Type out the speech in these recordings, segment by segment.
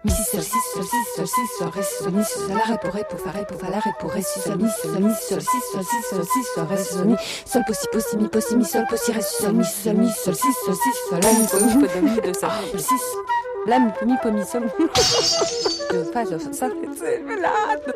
Mi si sol si sol si sol si sol ré si sol mi si sol la ré pour fa la ré pour ré si sol mi si sol si sol si sol si sol ré si sol mi sol po mi sol po si ré si sol mi si sol si sol la mi po mi de sol si la mi po mi sol de fa sol ça c'est malade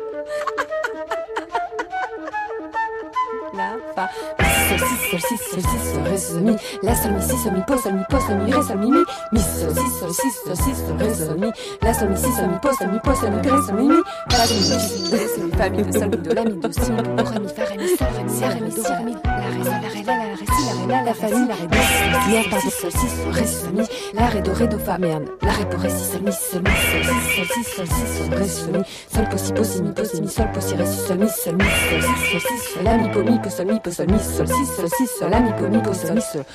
la fa sol si sol ré sol mi la sol mi si sol mi po mi ré sol mi sol si sol ré sol mi la sol mi si sol mi po mi ré sol mi fa la mi do mi la mi do si mi do ré mi fa ré mi sol ré mi do ré mi la ré la ré la fa mi la ré do merde pardon sol si sol ré sol mi la ré do fa merde la ré pour ré si sol sol ré sol mi sol po si mi sol po si ré si sol la mi po sol mi sol si sol la mi po sol mi sol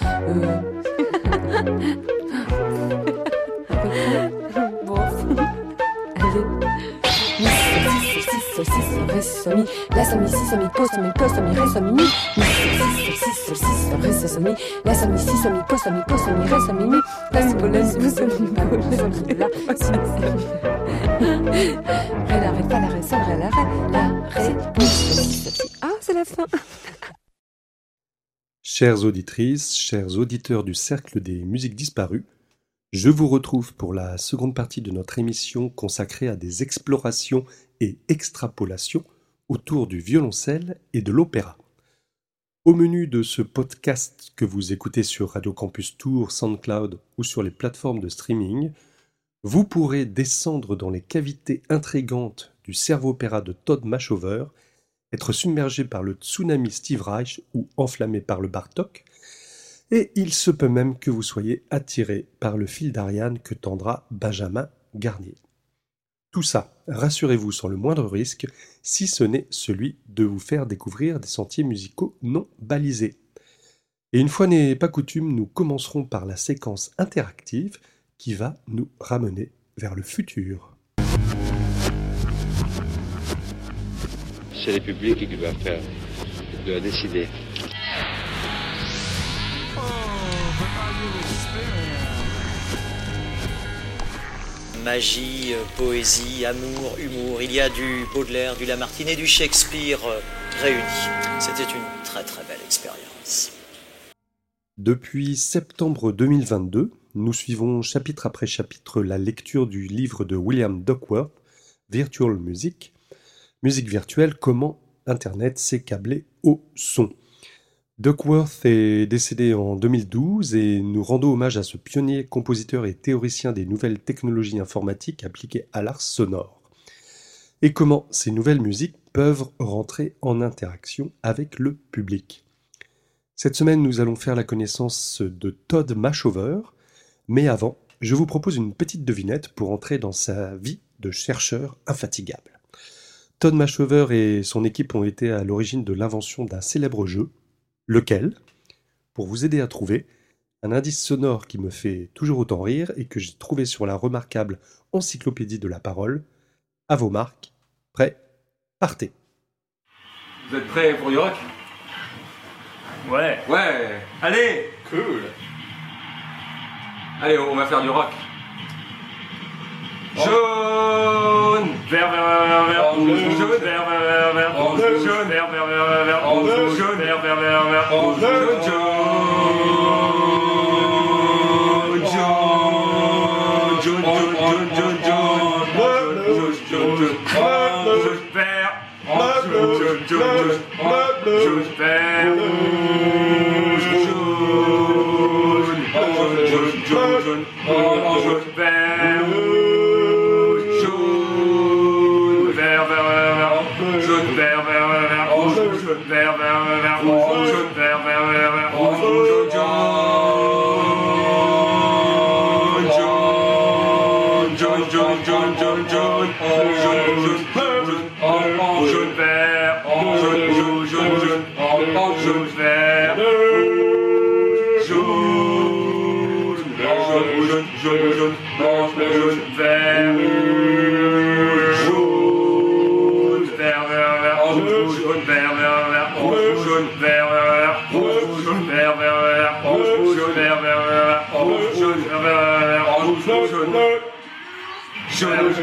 bon allez sol si sol ré sol mi la sol mi si sol mi po mi ré sol mi sol ré sol mi la sol mi si sol mi po mi ré sol mi la mi po sol mi la si ré la ré fa la ré sol ré la ré ah c'est la fin. Chères auditrices, chers auditeurs du Cercle des musiques disparues, je vous retrouve pour la seconde partie de notre émission consacrée à des explorations et extrapolations autour du violoncelle et de l'opéra. Au menu de ce podcast que vous écoutez sur Radio Campus Tours, SoundCloud ou sur les plateformes de streaming, vous pourrez descendre dans les cavités intrigantes du cerveau-opéra de Todd Mashover, être submergé par le tsunami Steve Reich ou enflammé par le Bartók, et il se peut même que vous soyez attiré par le fil d'Ariane que tendra Benjamin Garnier. Tout ça, rassurez-vous, sans le moindre risque, si ce n'est celui de vous faire découvrir des sentiers musicaux non balisés. Et une fois n'est pas coutume, nous commencerons par la séquence interactive qui va nous ramener vers le futur. C'est le public qui doit faire, qui doit décider. Magie, poésie, amour, humour, il y a du Baudelaire, du Lamartine et du Shakespeare réunis. C'était une très très belle expérience. Depuis septembre 2022, nous suivons chapitre après chapitre la lecture du livre de William Duckworth, Virtual Music, musique virtuelle, comment Internet s'est câblé au son. Duckworth est décédé en 2012 et nous rendons hommage à ce pionnier, compositeur et théoricien des nouvelles technologies informatiques appliquées à l'art sonore. Et comment ces nouvelles musiques peuvent rentrer en interaction avec le public. Cette semaine, nous allons faire la connaissance de Todd Mashover, mais avant, je vous propose une petite devinette pour entrer dans sa vie de chercheur infatigable. Todd Mashover et son équipe ont été à l'origine de l'invention d'un célèbre jeu, lequel, pour vous aider à trouver, un indice sonore qui me fait toujours autant rire et que j'ai trouvé sur la remarquable encyclopédie de la parole. À vos marques, prêts, partez. Vous êtes prêts pour du rock ? Ouais. Ouais. Allez. Cool. Allez, on va faire du rock. Jaune. Vert, vert, vert, Jaune. vert, vert, vert, vert, jaune, vert, vert, vert, vert, jaune, vert, vert, vert, vert, jaune, Jaune.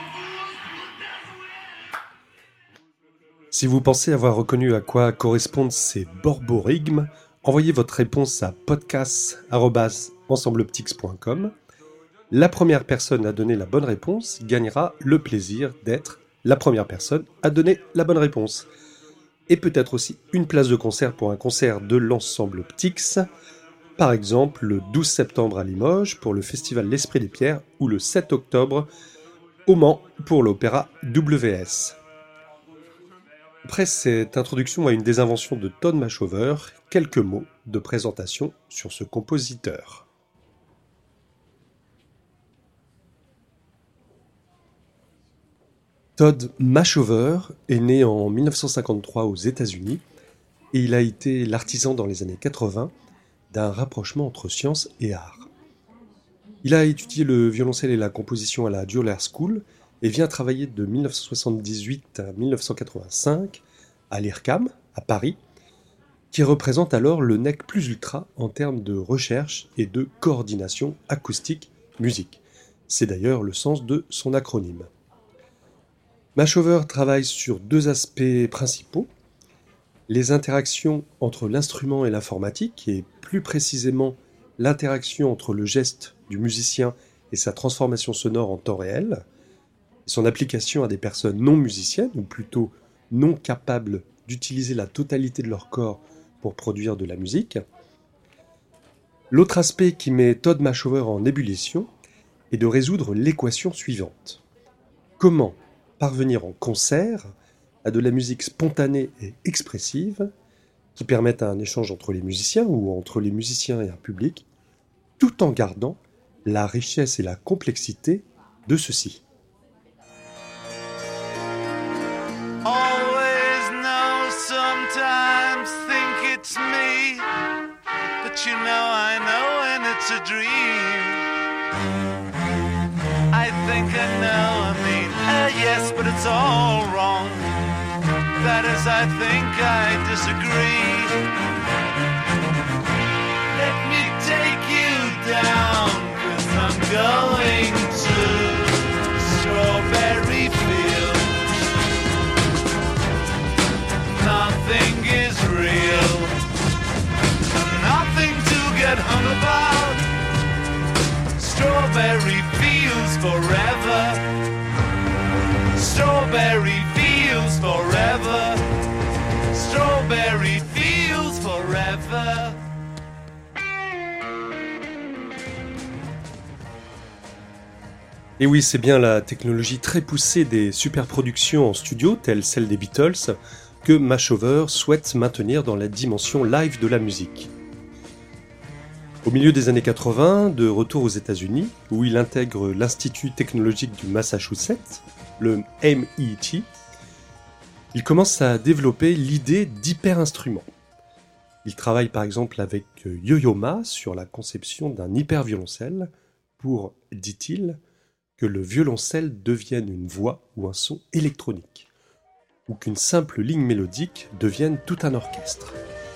Si vous pensez avoir reconnu à quoi correspondent ces borborigmes, envoyez votre réponse à podcast@ensembleptix.com. La première personne à donner la bonne réponse gagnera le plaisir d'être la première personne à donner la bonne réponse. Et peut-être aussi une place de concert pour un concert de l'ensemble Ptix, par exemple le 12 septembre à Limoges pour le festival L'Esprit des Pierres ou le 7 octobre au Mans pour l'opéra WS. Après cette introduction à une des inventions de Todd Mashover, quelques mots de présentation sur ce compositeur. Todd Mashover est né en 1953 aux États-Unis et il a été l'artisan dans les années 80 d'un rapprochement entre science et art. Il a étudié le violoncelle et la composition à la Juilliard School et vient travailler de 1978 à 1985 à l'IRCAM, à Paris, qui représente alors le nec plus ultra en termes de recherche et de coordination acoustique-musique. C'est d'ailleurs le sens de son acronyme. Mashover travaille sur deux aspects principaux, les interactions entre l'instrument et l'informatique, et plus précisément l'interaction entre le geste du musicien et sa transformation sonore en temps réel, et son application à des personnes non musiciennes, ou plutôt non capables d'utiliser la totalité de leur corps pour produire de la musique. L'autre aspect qui met Todd Mashover en ébullition est de résoudre l'équation suivante. Comment parvenir en concert à de la musique spontanée et expressive qui permette un échange entre les musiciens ou entre les musiciens et un public, tout en gardant la richesse et la complexité de ceux-ci. Always know, sometimes think it's me, but you know I know when it's a dream. I think I know, yes, but it's all wrong. That is, I think I disagree. Let me take you down, 'cause I'm going to Strawberry Fields. Nothing is real, nothing to get hung about. Strawberry Fields forever. Strawberry Fields forever. Strawberry Fields forever. Et oui, c'est bien la technologie très poussée des superproductions en studio, telles celles des Beatles, que Mashover souhaite maintenir dans la dimension live de la musique. Au milieu des années 80, de retour aux États-Unis, où il intègre l'Institut technologique du Massachusetts, le MIT, il commence à développer l'idée d'hyper-instrument. Il travaille par exemple avec Yo-Yo Ma sur la conception d'un hyper-violoncelle pour, dit-il, que le violoncelle devienne une voix ou un son électronique, ou qu'une simple ligne mélodique devienne tout un orchestre.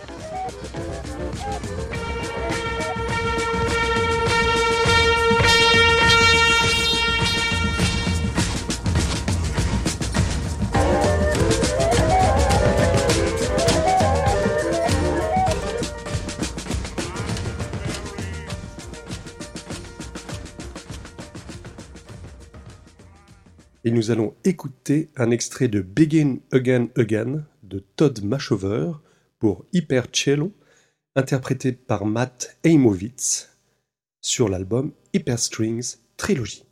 Et nous allons écouter un extrait de Begin Again Again de Todd Mashover pour Hyper Cello, interprété par Matt Heimowitz sur l'album Hyper Strings Trilogy.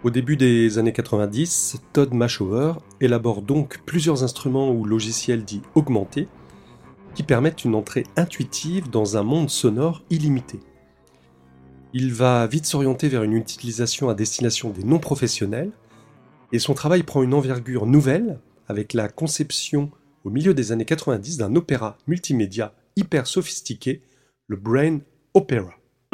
Au début des années 90, Todd Mashover élabore donc plusieurs instruments ou logiciels dits augmentés qui permettent une entrée intuitive dans un monde sonore illimité. Il va vite s'orienter vers une utilisation à destination des non-professionnels et son travail prend une envergure nouvelle avec la conception au milieu des années 90 d'un opéra multimédia hyper sophistiqué, le Brain Opera.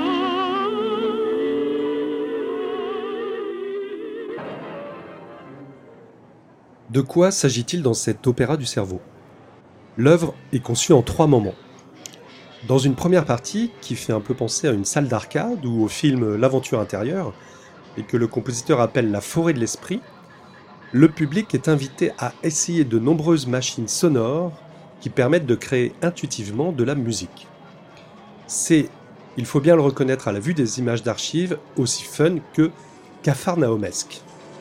De quoi s'agit-il dans cet opéra du cerveau ? L'œuvre est conçue en 3 moments. Dans une première partie, qui fait un peu penser à une salle d'arcade ou au film L'Aventure intérieure, et que le compositeur appelle la forêt de l'esprit, le public est invité à essayer de nombreuses machines sonores qui permettent de créer intuitivement de la musique. C'est, il faut bien le reconnaître à la vue des images d'archives, aussi fun que capharnaümesque.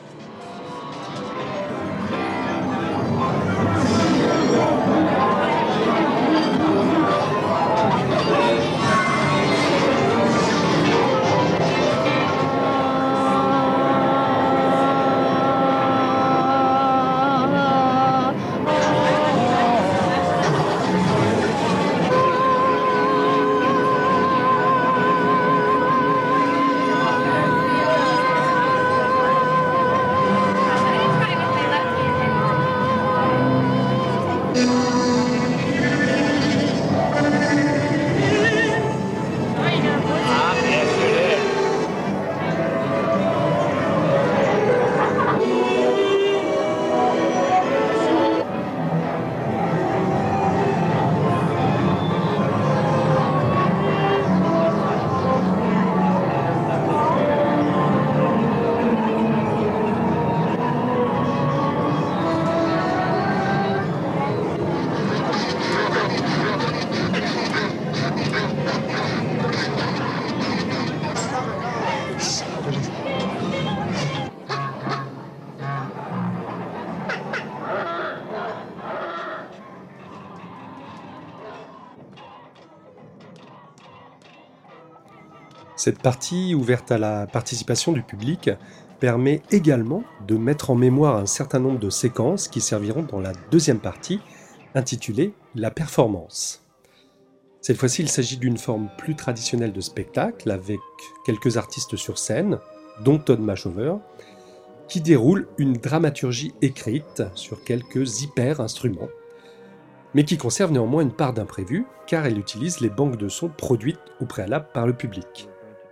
Cette partie, ouverte à la participation du public, permet également de mettre en mémoire un certain nombre de séquences qui serviront dans la deuxième partie, intitulée « La performance ». Cette fois-ci, il s'agit d'une forme plus traditionnelle de spectacle, avec quelques artistes sur scène, dont Todd Mashover, qui déroule une dramaturgie écrite sur quelques hyper-instruments, mais qui conserve néanmoins une part d'imprévu, car elle utilise les banques de sons produites au préalable par le public.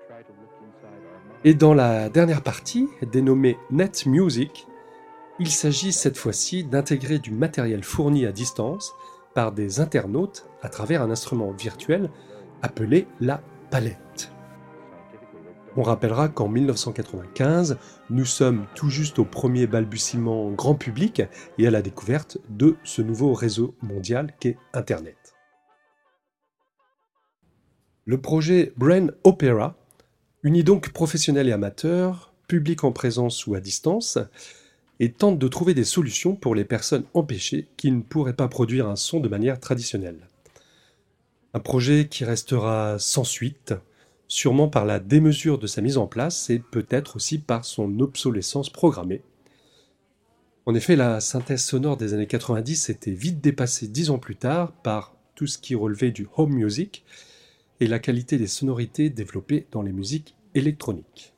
Et dans la dernière partie, dénommée Net Music, il s'agit cette fois-ci d'intégrer du matériel fourni à distance par des internautes à travers un instrument virtuel appelé la palette. On rappellera qu'en 1995, nous sommes tout juste au premier balbutiement grand public et à la découverte de ce nouveau réseau mondial qu'est Internet. Le projet Brain Opera unit donc professionnels et amateurs, public en présence ou à distance, et tente de trouver des solutions pour les personnes empêchées qui ne pourraient pas produire un son de manière traditionnelle. Un projet qui restera sans suite, sûrement par la démesure de sa mise en place et peut-être aussi par son obsolescence programmée. En effet, la synthèse sonore des années 90 était vite dépassée 10 ans plus tard par tout ce qui relevait du home music et la qualité des sonorités développées dans les musiques électroniques.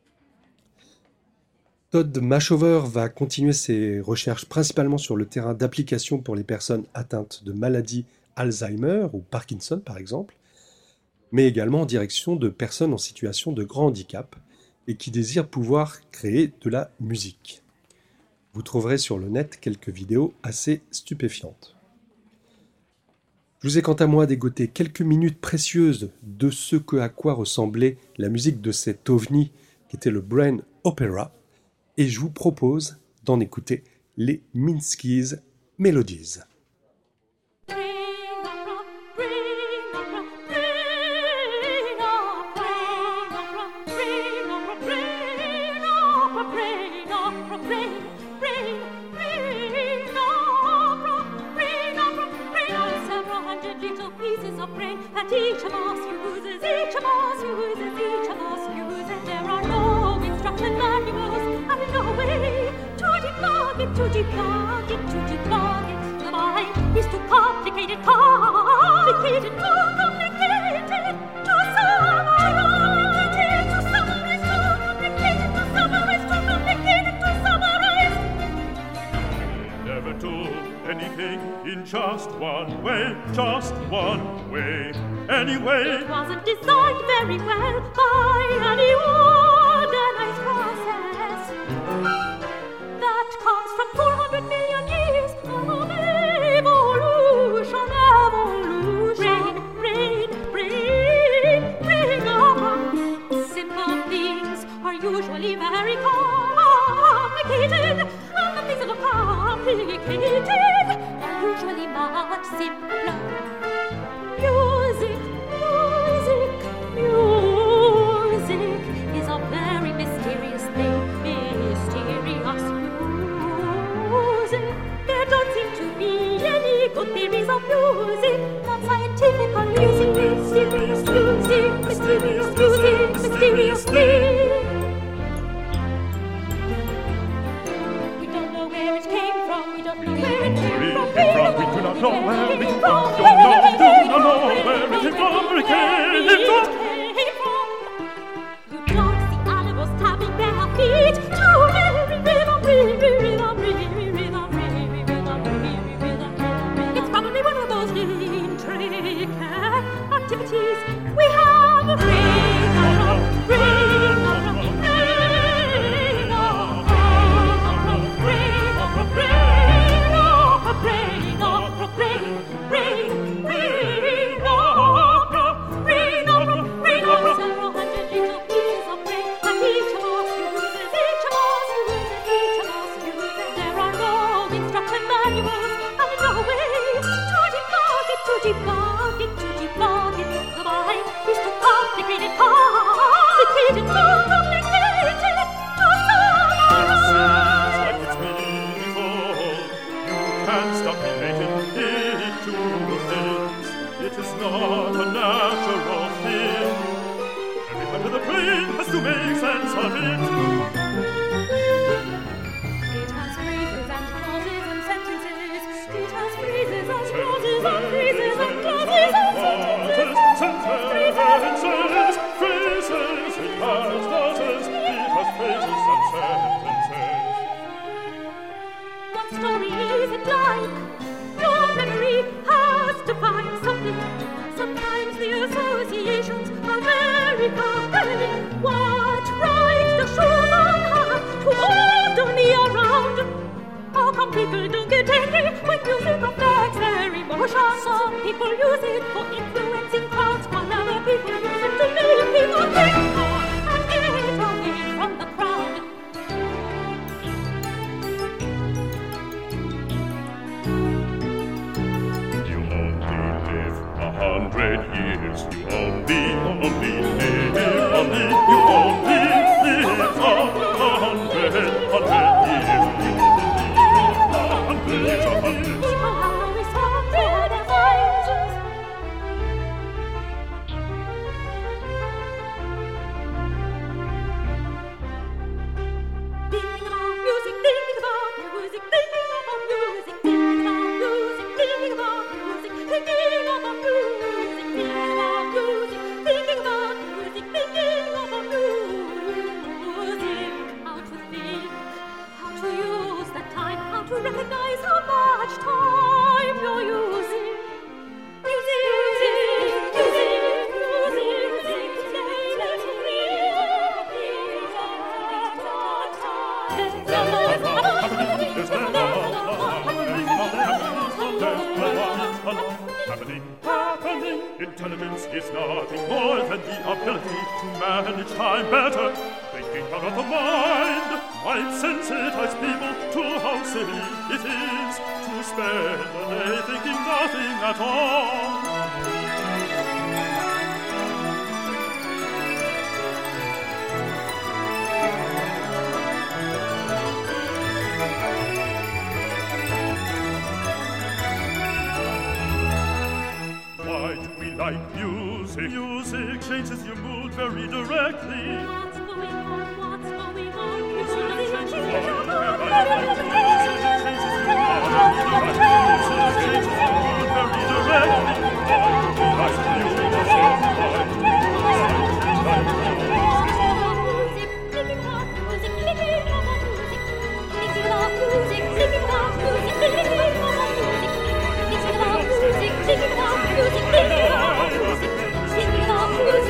Todd Mashover va continuer ses recherches principalement sur le terrain d'application pour les personnes atteintes de maladies Alzheimer ou Parkinson par exemple, mais également en direction de personnes en situation de grand handicap et qui désirent pouvoir créer de la musique. Vous trouverez sur le net quelques vidéos assez stupéfiantes. Je vous ai quant à moi dégoté quelques minutes précieuses de ce à quoi ressemblait la musique de cet ovni qui était le Brain Opera, et je vous propose d'en écouter les Minsky's Melodies. Each of us uses, each of us uses, each of us uses. There are no instruction manuals. it, to debug it, to debug it. The mind is too complicated, complicated, too complicated to summarize. To summarize, too complicated to summarize, too complicated to summarize. Never do anything in just one way, just one way. Anyway, it wasn't designed very well by any organized process that comes from 400 million years of evolution, evolution. Bring on. Simple things are usually very complicated, and the things that are complicated are usually much simpler. Music is a very mysterious thing. Mysterious music. There don't seem to be any good theories of music. Non-scientific or music. Mysterious music. Mysterious music. Mysterious thing. We don't know where it came from. We don't know where it came from. we do not know where it came from. We do not know where it came from. Where it came from. You don't see animals tapping their feet to rhythm. It's probably one of those intricate activities we have. Several hundred little pieces of brain that each of us uses. There are no instruction manuals and no way to debug it. The mind is too complicated, too complicated to summarize. Like it's meaningful, you can't stop relating it to things. It is not a natural thing. Every part of the brain has to make sense of it. It has phrases and clauses and sentences. It has phrases and clauses and phrases and clauses and sentences. Phrases, it has clauses, it has phrases and sentences. What story is it like? Your memory has to find something. Sometimes the associations are very compelling. What right does Schumann have to order me around? How come people don't get angry when music affects their emotions? Some people use it for influencing crowds, while other people use it to make people think more and get away from the crowd. You only live 100 years. You only live, you only live 100 years. People have always fought for their minds. Thinking about music, thinking about music, thinking about music, thinking about music, thinking about music, thinking about music, thinking about music, thinking about music, thinking about music. How to think, how to use that time, how to recognize how much time you're using. Happening. Intelligence is nothing more than the ability to manage time better. Thinking out of the mind might sensitize people to how silly it is to spend a day thinking nothing at all. Why do we like music? Music changes your mood very directly. What's going on? Music changes your mood very directly.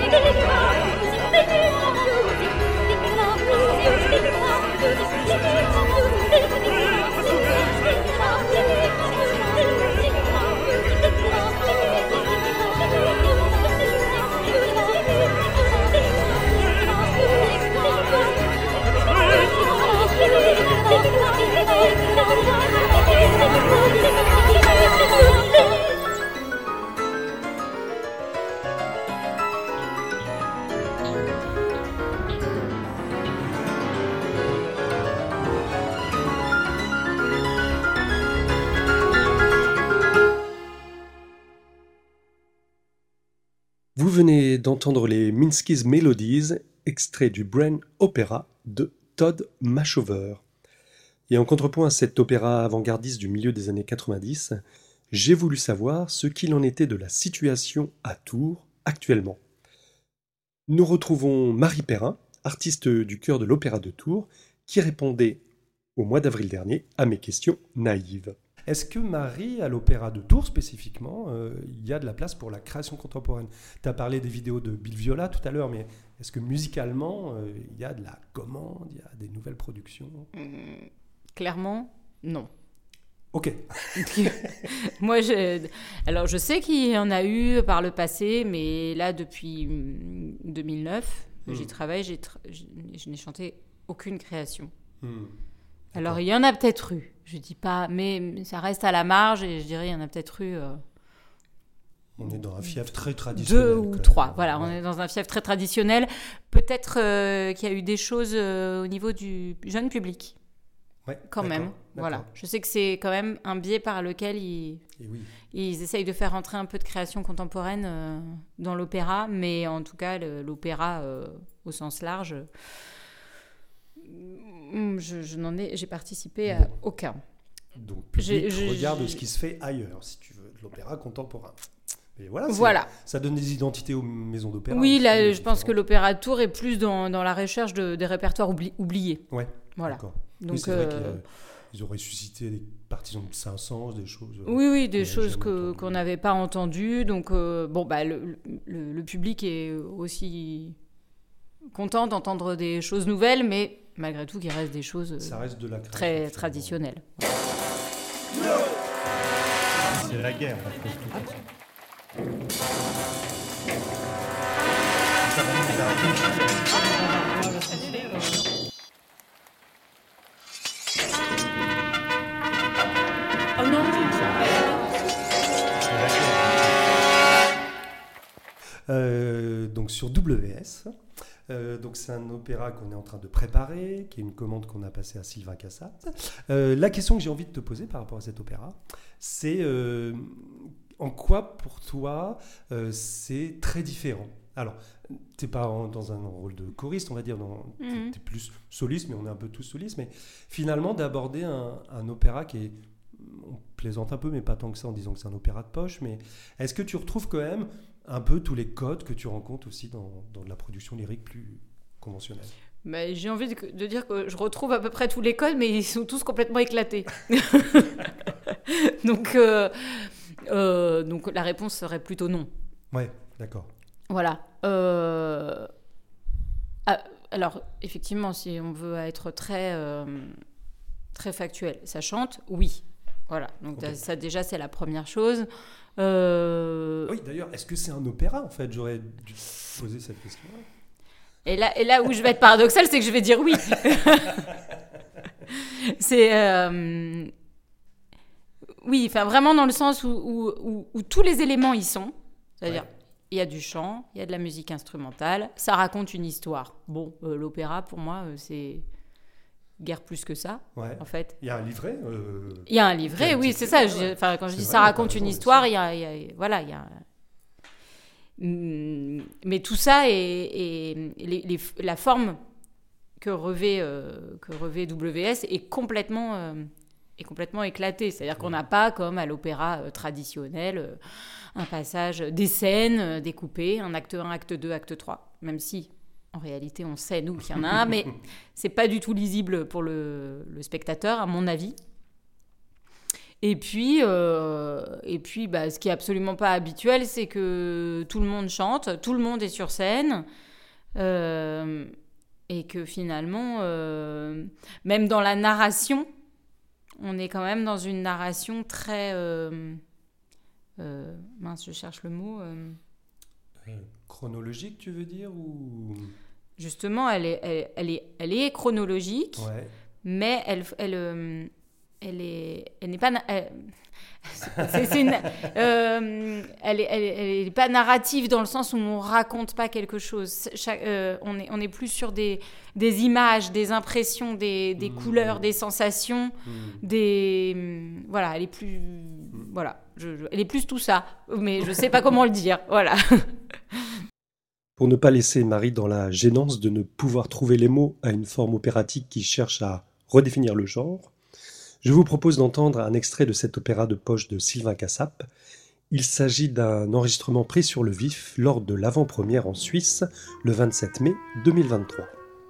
Vous venez d'entendre les Minsky's Melodies, extrait du Brain Opera de Todd Mashover. Et en contrepoint à cet opéra avant-gardiste du milieu des années 90, j'ai voulu savoir ce qu'il en était de la situation à Tours actuellement. Nous retrouvons Marie Perrin, artiste du chœur de l'Opéra de Tours, qui répondait au mois d'avril dernier à mes questions naïves. Est-ce que Marie, à l'Opéra de Tours spécifiquement, il y a de la place pour la création contemporaine ? Tu as parlé des vidéos de Bill Viola tout à l'heure, mais est-ce que musicalement, il y a de la commande, il y a des nouvelles productions ? Clairement, non. Ok. Moi, alors je sais qu'il y en a eu par le passé, mais là, depuis 2009, j'y travaille, je n'ai chanté aucune création. Alors, il y en a peut-être eu, je dis pas, mais ça reste à la marge et je dirais il y en a peut-être eu... on est dans un fief très traditionnel. 2 ou 3, voilà, on est dans un fief très traditionnel. Peut-être qu'il y a eu des choses au niveau du jeune public, quand même. Voilà. Je sais que c'est quand même un biais par lequel ils essayent de faire rentrer un peu de création contemporaine dans l'opéra, mais en tout cas, l'opéra au sens large... j'ai participé à aucun. Donc, regarde ce qui se fait ailleurs, si tu veux, de l'opéra contemporain. Et voilà. Ça donne des identités aux maisons d'opéra. Oui, là, je pense que l'Opéra de Tours est plus dans la recherche des répertoires oubliés. Ouais. Voilà. D'accord. Donc, oui, c'est vrai qu'ils ont ressuscité des partisans de Saint-Saëns, des choses. Oui, des choses qu'on n'avait pas entendues. Donc, le public est aussi content d'entendre des choses nouvelles, mais malgré tout, qu'il reste des choses très traditionnelles. C'est la guerre. Donc sur WS, donc c'est un opéra qu'on est en train de préparer, qui est une commande qu'on a passée à Sylvain Cassat. La question que j'ai envie de te poser par rapport à cet opéra, c'est en quoi pour toi c'est très différent ? Alors, tu n'es pas dans un rôle de choriste, on va dire, tu es plus soliste, mais on est un peu tous solistes, mais finalement d'aborder un opéra qui est, on plaisante un peu, mais pas tant que ça en disant que c'est un opéra de poche, mais est-ce que tu retrouves quand même un peu tous les codes que tu rencontres aussi dans de la production lyrique plus conventionnelle ? J'ai envie de dire que je retrouve à peu près tous les codes, mais ils sont tous complètement éclatés. Donc la réponse serait plutôt non. Ouais, d'accord. Voilà. Alors, effectivement, si on veut être très, très factuel, ça chante, oui. Voilà, donc okay. Ça déjà, c'est la première chose. Oui, d'ailleurs, est-ce que c'est un opéra, en fait ? J'aurais dû poser cette question-là. Et là où je vais être paradoxale, c'est que je vais dire oui. C'est... Oui, enfin, vraiment dans le sens où tous les éléments y sont. C'est-à-dire, il y a du chant, il y a de la musique instrumentale, ça raconte une histoire. Bon, l'opéra, pour moi, c'est... guère plus que ça, en fait. Il y a un livret Il y a un livret, oui, c'est ça. Quand je dis ça raconte une histoire, il y a... Mais tout ça et la forme que revêt WS est complètement éclatée. C'est-à-dire qu'on n'a pas, comme à l'opéra traditionnel, un passage, des scènes découpées, un acte 1, acte 2, acte 3, même si... En réalité, on sait, nous, qu'il y en a un, mais c'est pas du tout lisible pour le spectateur, à mon avis. Et puis, ce qui est absolument pas habituel, c'est que tout le monde chante, tout le monde est sur scène, et que finalement, même dans la narration, on est quand même dans une narration très... je cherche le mot. Chronologique, tu veux dire ou... Justement, elle est chronologique, Ouais. mais elle n'est pas... elle est pas narrative dans le sens où on raconte pas quelque chose. On est plus sur des images, des impressions, des couleurs, des sensations, voilà, elle est plus voilà, elle est plus tout ça, mais je sais pas comment le dire, voilà. Pour ne pas laisser Marie dans la gênance de ne pouvoir trouver les mots à une forme opératique qui cherche à redéfinir le genre, je vous propose d'entendre un extrait de cet opéra de poche de Sylvain Cassap. Il s'agit d'un enregistrement pris sur le vif lors de l'avant-première en Suisse, le 27 mai 2023.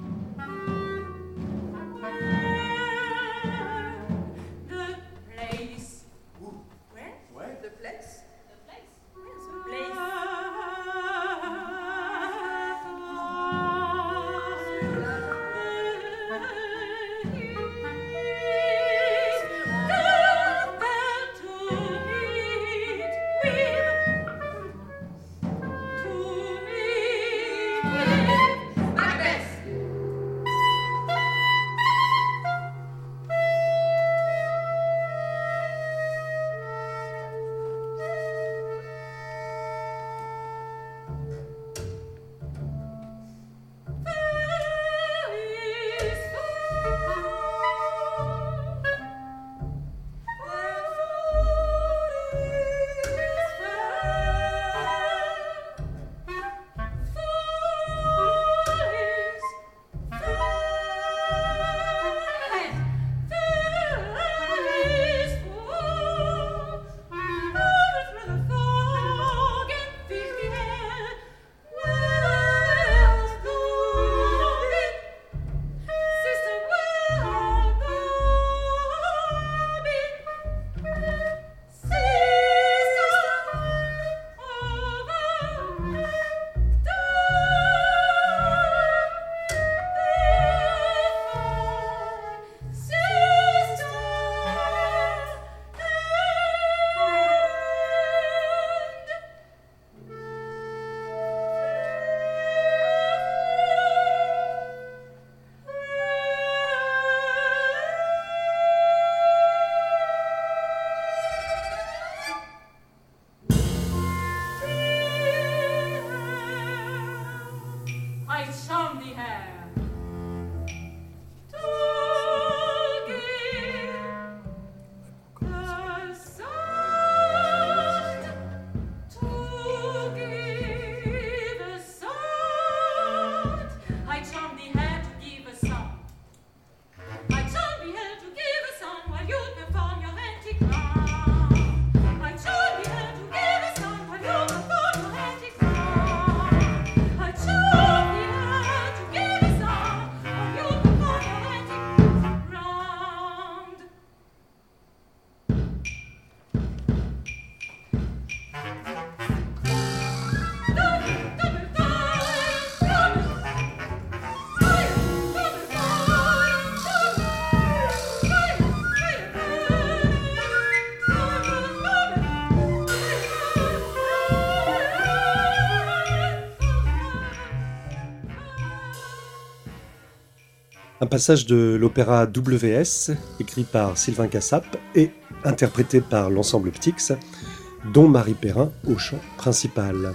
Un passage de l'opéra WS, écrit par Sylvain Cassap et interprété par l'ensemble Ptix, dont Marie Perrin au chant principal.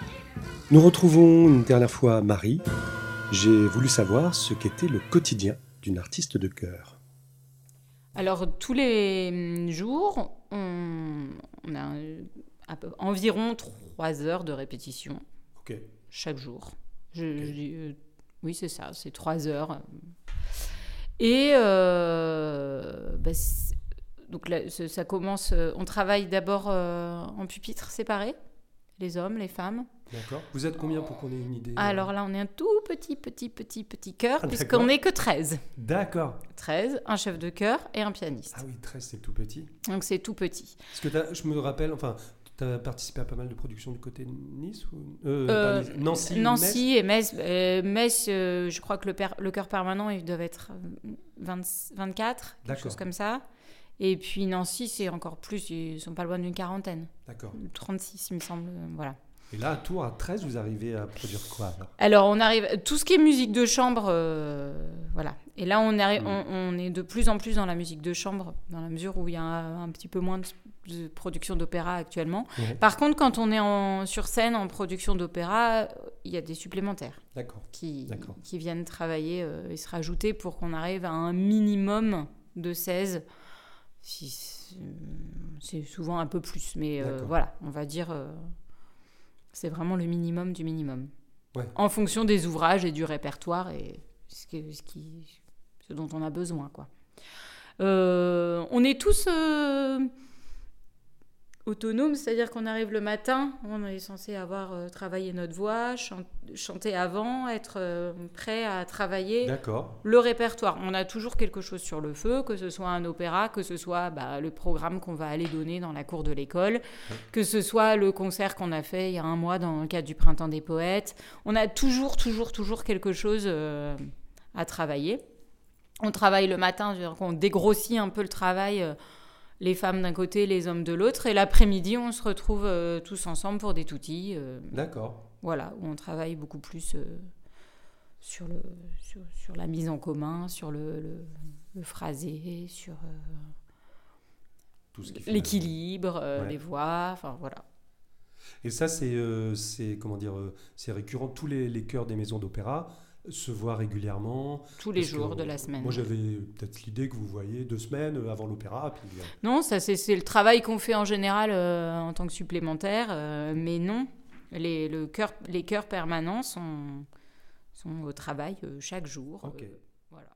Nous retrouvons une dernière fois Marie. J'ai voulu savoir ce qu'était le quotidien d'une artiste de chœur. Alors, tous les jours, on a environ 3 heures de répétition chaque jour. Oui, c'est ça, c'est 3 heures. Et donc là, ça commence. On travaille d'abord en pupitre séparé, les hommes, les femmes. D'accord. Vous êtes combien pour qu'on ait une idée? Alors là, on est un tout petit chœur, Ah, puisqu'on d'accord. n'est que 13. D'accord. 13, un chef de chœur et un pianiste. Ah oui, 13, c'est tout petit. Donc c'est tout petit. Parce que je me rappelle, enfin, tu as participé à pas mal de productions du côté de Nice ou pas Nice, Nancy et Metz. Metz, je crois que le chœur permanent, ils doivent être 24, quelque chose comme ça. Et puis Nancy, c'est encore plus, ils sont pas loin d'une quarantaine. D'accord. 36, il me semble, voilà. Et là, à Tours, à 13, vous arrivez à produire quoi alors on arrive, tout ce qui est musique de chambre, voilà. Et là, on est de plus en plus dans la musique de chambre, dans la mesure où il y a un petit peu moins de production d'opéra actuellement. Ouais. Par contre, quand on est sur scène en production d'opéra, il y a des supplémentaires qui viennent travailler et se rajouter pour qu'on arrive à un minimum de 16. C'est souvent un peu plus, mais voilà, on va dire... c'est vraiment le minimum du minimum. Ouais. En fonction des ouvrages et du répertoire et ce dont on a besoin, quoi. On est tous autonomes, c'est-à-dire qu'on arrive le matin, on est censé avoir travaillé notre voix, chanter avant, être prêt à travailler le répertoire. On a toujours quelque chose sur le feu, que ce soit un opéra, que ce soit le programme qu'on va aller donner dans la cour de l'école, que ce soit le concert qu'on a fait il y a un mois dans le cadre du Printemps des Poètes. On a toujours quelque chose à travailler. On travaille le matin, c'est-à-dire qu'on dégrossit un peu le travail, les femmes d'un côté, les hommes de l'autre, et l'après-midi, on se retrouve tous ensemble pour des toutis. D'accord. Voilà, où on travaille beaucoup plus sur la mise en commun, sur le phrasé, sur tout ce qui fait l'équilibre, les voix, enfin voilà. Et ça, c'est comment dire, c'est récurrent. Tous les chœurs des maisons d'opéra se voient régulièrement. Tous les jours de la semaine. Moi, j'avais peut-être l'idée que vous voyez 2 semaines avant l'opéra. Puis... Non, ça c'est le travail qu'on fait en général en tant que supplémentaire, mais non, les chœurs permanents sont au travail chaque jour. Ok. Voilà.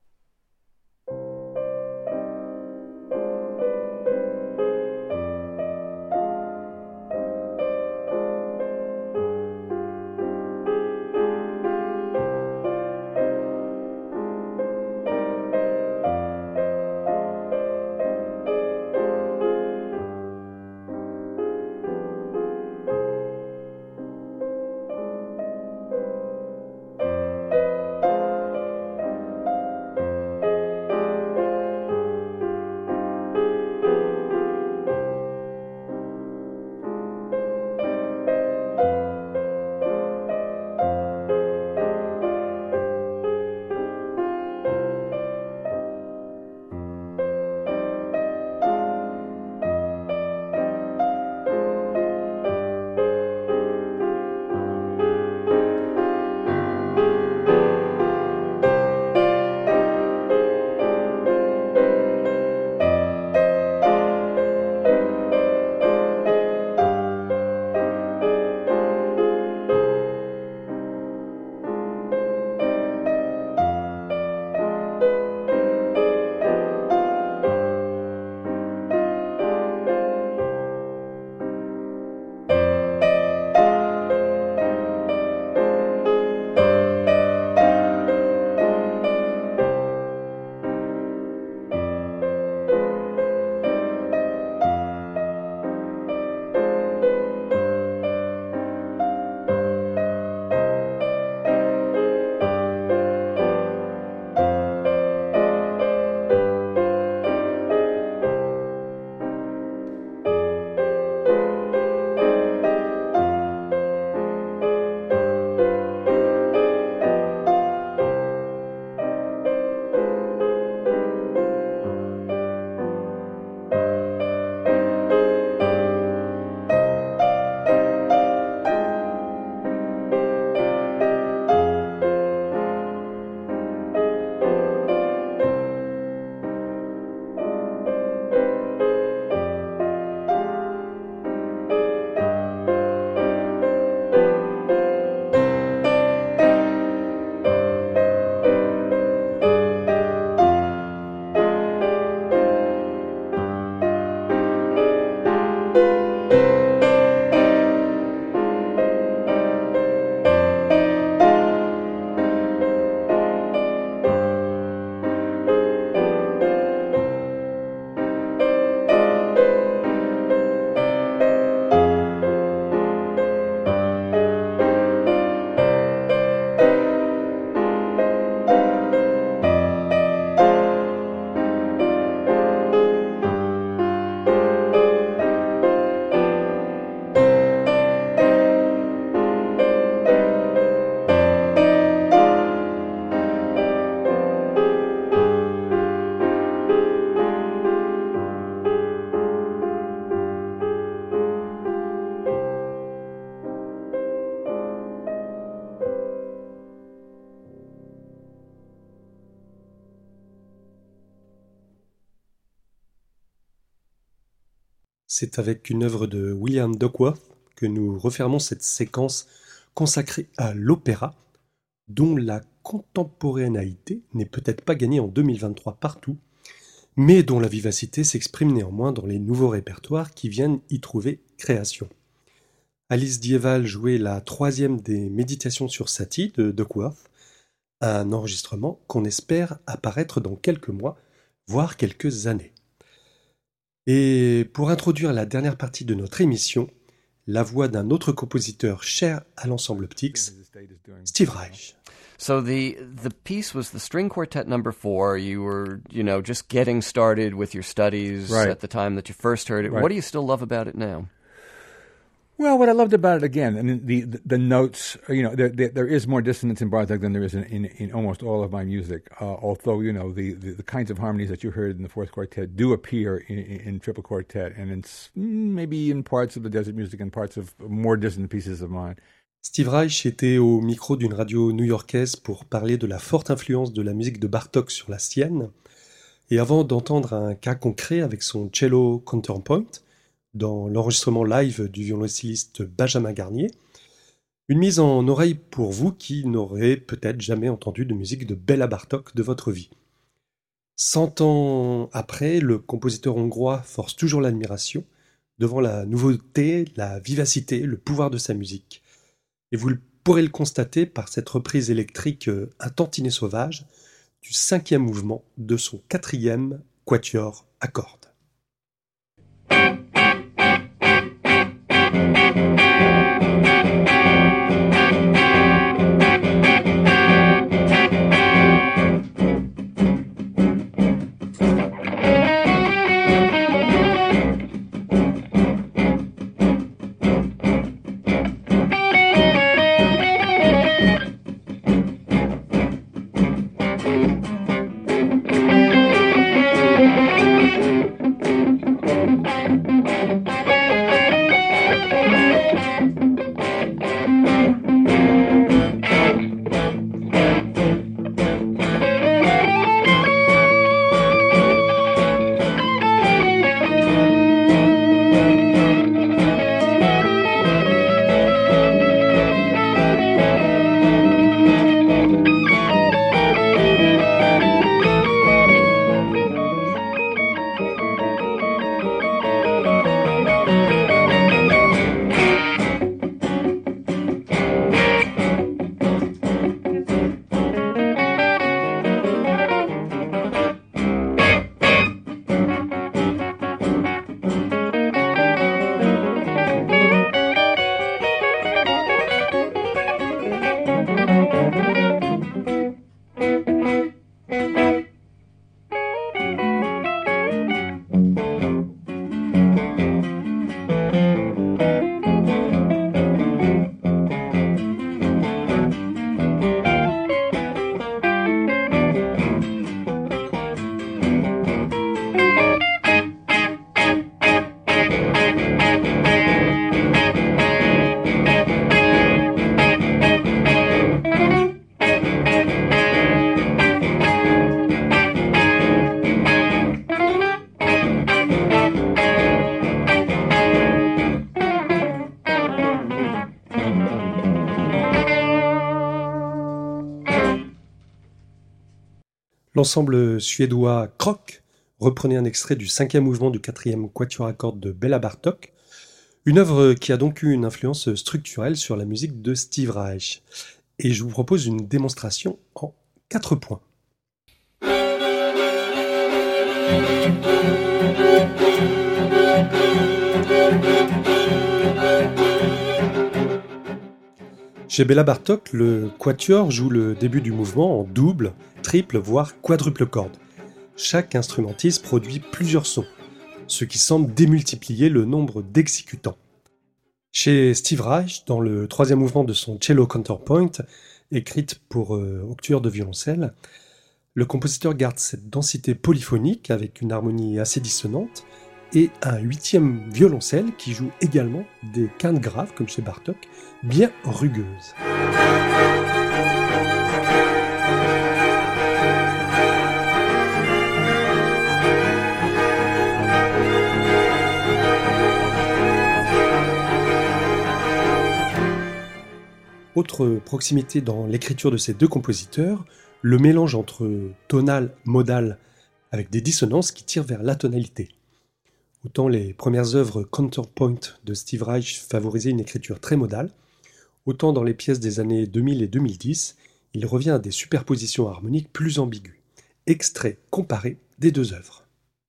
C'est avec une œuvre de William Duckworth que nous refermons cette séquence consacrée à l'opéra, dont la contemporanéité n'est peut-être pas gagnée en 2023 partout, mais dont la vivacité s'exprime néanmoins dans les nouveaux répertoires qui viennent y trouver création. Alice Dieval jouait la 3e des Méditations sur Satie de Duckworth, un enregistrement qu'on espère apparaître dans quelques mois, voire quelques années. Et pour introduire la dernière partie de notre émission, la voix d'un autre compositeur cher à l'ensemble Ptix, Steve Reich. So the piece was the string quartet number 4. You were, just getting started with your studies at the time that you first heard it. Right. What do you still love about it now? Well, what I loved about it, again, I mean, the notes, there is more dissonance in Bartók than there is in almost all of my music. Although, the kinds of harmonies that you heard in the fourth quartet do appear in triple quartet, and it's maybe in parts of the desert music and parts of more dissonant pieces of mine. Steve Reich était au micro d'une radio new-yorkaise pour parler de la forte influence de la musique de Bartók sur la sienne. Et avant d'entendre un cas concret avec son cello counterpoint, dans l'enregistrement live du violoncelliste Benjamin Garnier, une mise en oreille pour vous qui n'aurez peut-être jamais entendu de musique de Béla Bartók de votre vie. 100 ans après, le compositeur hongrois force toujours l'admiration devant la nouveauté, la vivacité, le pouvoir de sa musique. Et vous pourrez le constater par cette reprise électrique un tantinet sauvage du 5e mouvement de son 4e quatuor à cordes. L'ensemble suédois Krock reprenait un extrait du 5e mouvement du 4e quatuor à cordes de Béla Bartók, une œuvre qui a donc eu une influence structurelle sur la musique de Steve Reich. Et je vous propose une démonstration en 4 points. Chez Béla Bartók, le quatuor joue le début du mouvement en double, triple, voire quadruple corde. Chaque instrumentiste produit plusieurs sons, ce qui semble démultiplier le nombre d'exécutants. Chez Steve Reich, dans le 3e mouvement de son cello counterpoint, écrite pour octuor de violoncelle, le compositeur garde cette densité polyphonique avec une harmonie assez dissonante et un 8e violoncelle qui joue également des quintes graves, comme chez Bartók, bien rugueuses. Autre proximité dans l'écriture de ces deux compositeurs, le mélange entre tonal, modal, avec des dissonances qui tirent vers l'atonalité. Autant les premières œuvres Counterpoint de Steve Reich favorisaient une écriture très modale, autant dans les pièces des années 2000 et 2010, il revient à des superpositions harmoniques plus ambiguës. Extrait comparé des deux œuvres.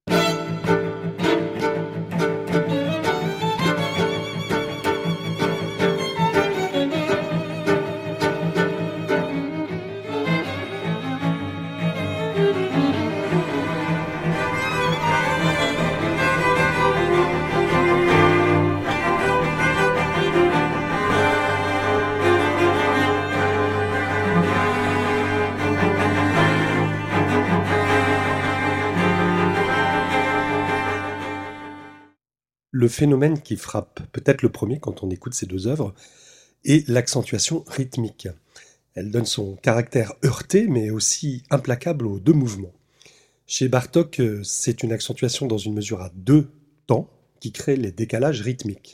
Le phénomène qui frappe peut-être le premier quand on écoute ces deux œuvres est l'accentuation rythmique. Elle donne son caractère heurté mais aussi implacable aux deux mouvements. Chez Bartók, c'est une accentuation dans une mesure à deux temps qui crée les décalages rythmiques.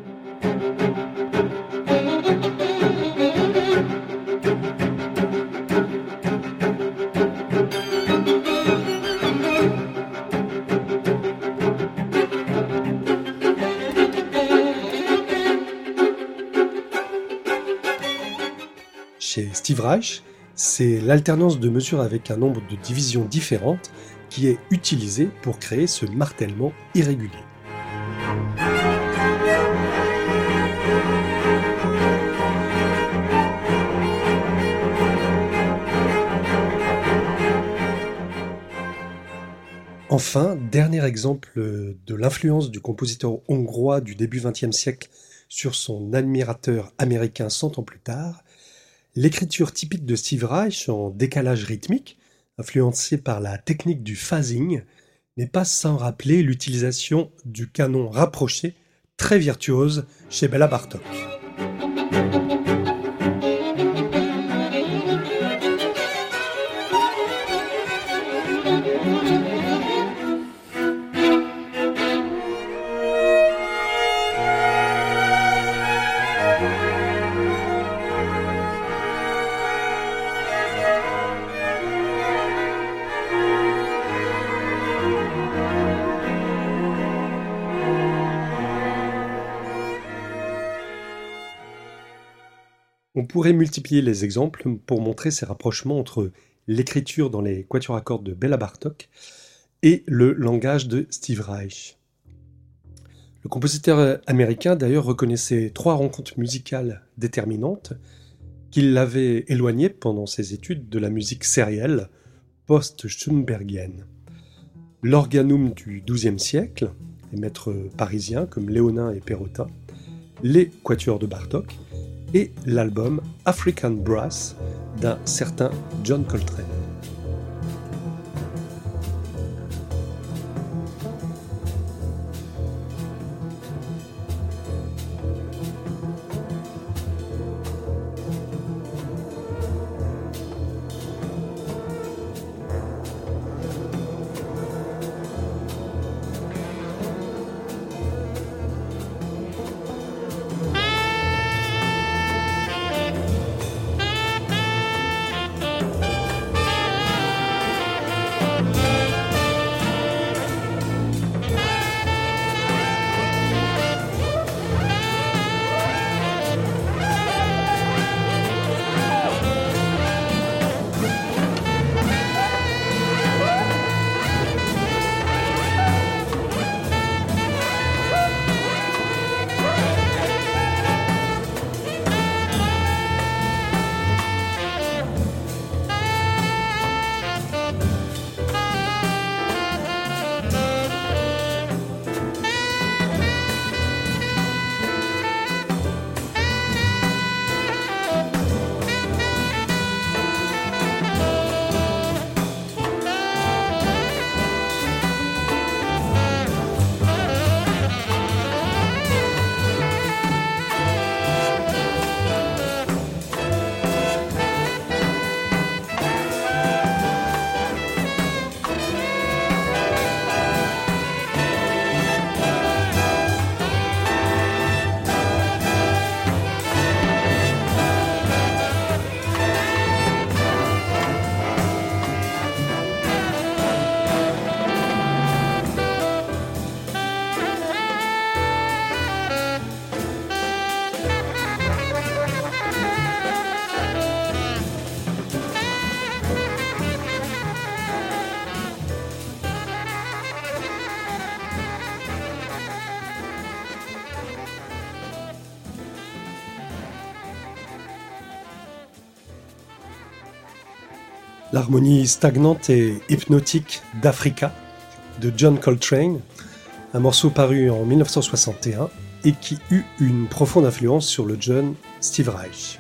Chez Steve Reich, c'est l'alternance de mesures avec un nombre de divisions différentes qui est utilisée pour créer ce martèlement irrégulier. Enfin, dernier exemple de l'influence du compositeur hongrois du début XXe siècle sur son admirateur américain 100 ans plus tard, l'écriture typique de Steve Reich en décalage rythmique, influencée par la technique du phasing, n'est pas sans rappeler l'utilisation du canon rapproché, très virtuose, chez Béla Bartók. On pourrait multiplier les exemples pour montrer ces rapprochements entre l'écriture dans les quatuors à cordes de Béla Bartók et le langage de Steve Reich. Le compositeur américain d'ailleurs reconnaissait 3 rencontres musicales déterminantes qui l'avaient éloigné pendant ses études de la musique sérielle post-Schönbergienne. L'organum du XIIe siècle, les maîtres parisiens comme Léonin et Perrotin, les quatuors de Bartók, et l'album African Brass d'un certain John Coltrane. L'harmonie stagnante et hypnotique d'Africa de John Coltrane, un morceau paru en 1961 et qui eut une profonde influence sur le jeune Steve Reich.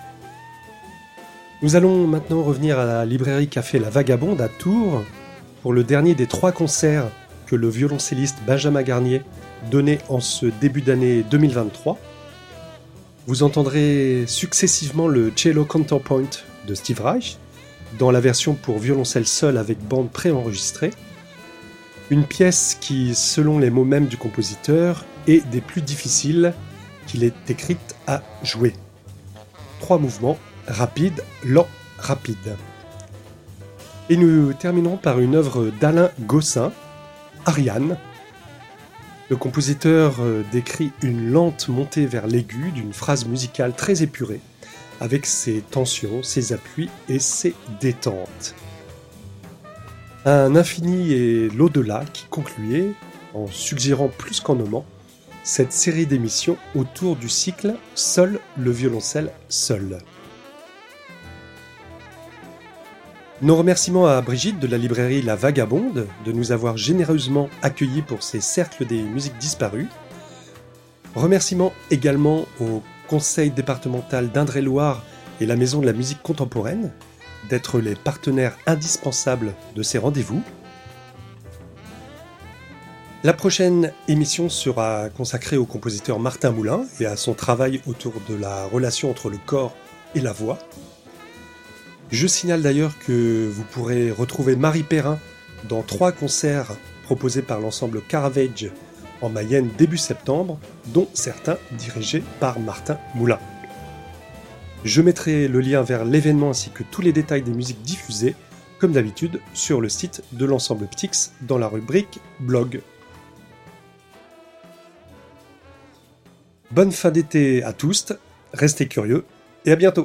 Nous allons maintenant revenir à la librairie Café La Vagabonde à Tours pour le dernier des 3 concerts que le violoncelliste Benjamin Garnier donnait en ce début d'année 2023. Vous entendrez successivement le Cello Counterpoint de Steve Reich, dans la version pour violoncelle seul avec bande préenregistrée, une pièce qui, selon les mots mêmes du compositeur, est des plus difficiles qu'il ait écrite à jouer. 3 mouvements, rapide, lent, rapide. Et nous terminerons par une œuvre d'Alain Gossin, Ariane. Le compositeur décrit une lente montée vers l'aigu d'une phrase musicale très épurée, avec ses tensions, ses appuis et ses détentes. Un infini et l'au-delà qui concluait, en suggérant plus qu'en nommant, cette série d'émissions autour du cycle « Seul le violoncelle seul ». Nos remerciements à Brigitte de la librairie La Vagabonde de nous avoir généreusement accueillis pour ces cercles des musiques disparues. Remerciements également au Conseil départemental d'Indre-et-Loire et la Maison de la musique contemporaine d'être les partenaires indispensables de ces rendez-vous. La prochaine émission sera consacrée au compositeur Martin Moulin et à son travail autour de la relation entre le corps et la voix. Je signale d'ailleurs que vous pourrez retrouver Marie Perrin dans 3 concerts proposés par l'ensemble Caravage en Mayenne début septembre, dont certains dirigés par Martin Moulin. Je mettrai le lien vers l'événement ainsi que tous les détails des musiques diffusées, comme d'habitude, sur le site de l'ensemble Ptix dans la rubrique blog. Bonne fin d'été à tous, restez curieux et à bientôt.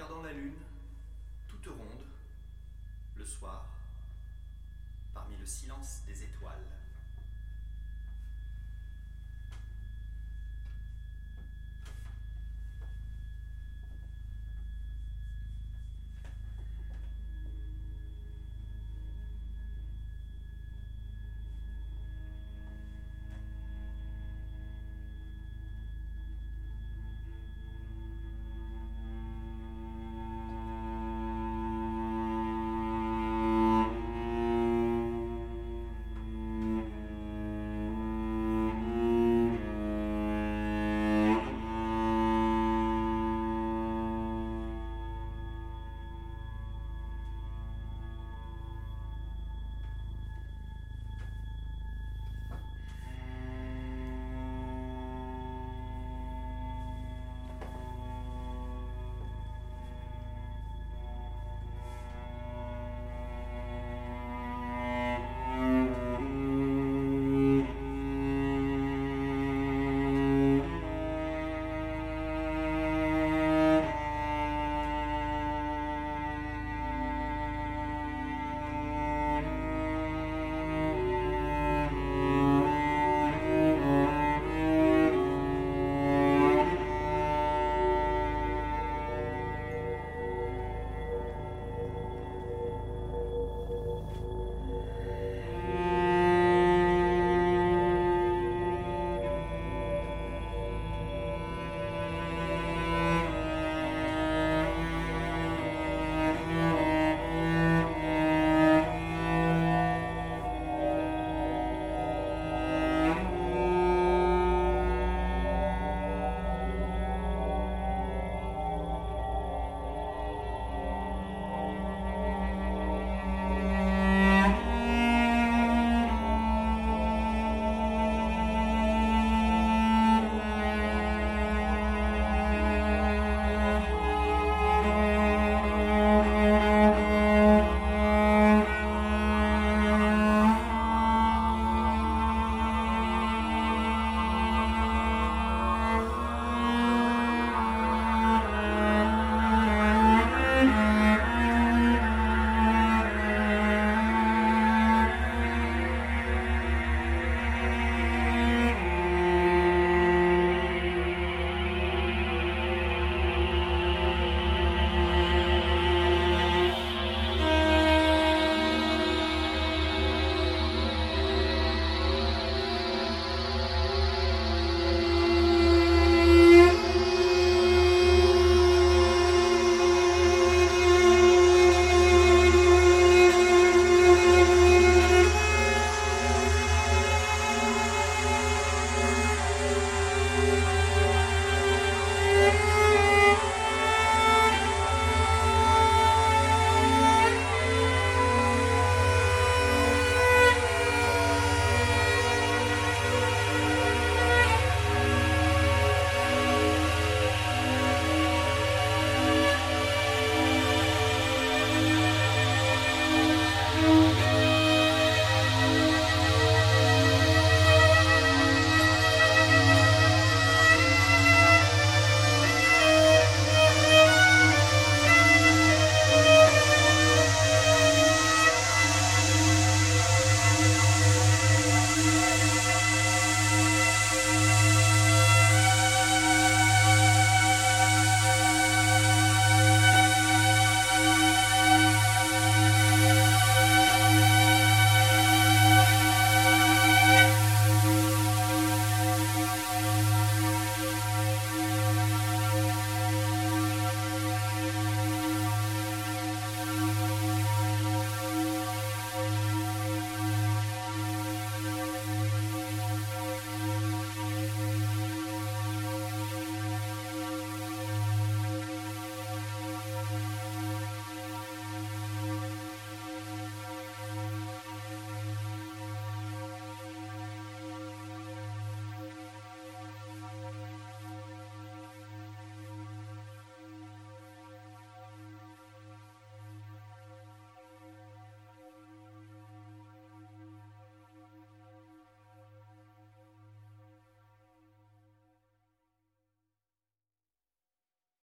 regardant la lune, toute ronde, le soir, parmi le silence des étoiles.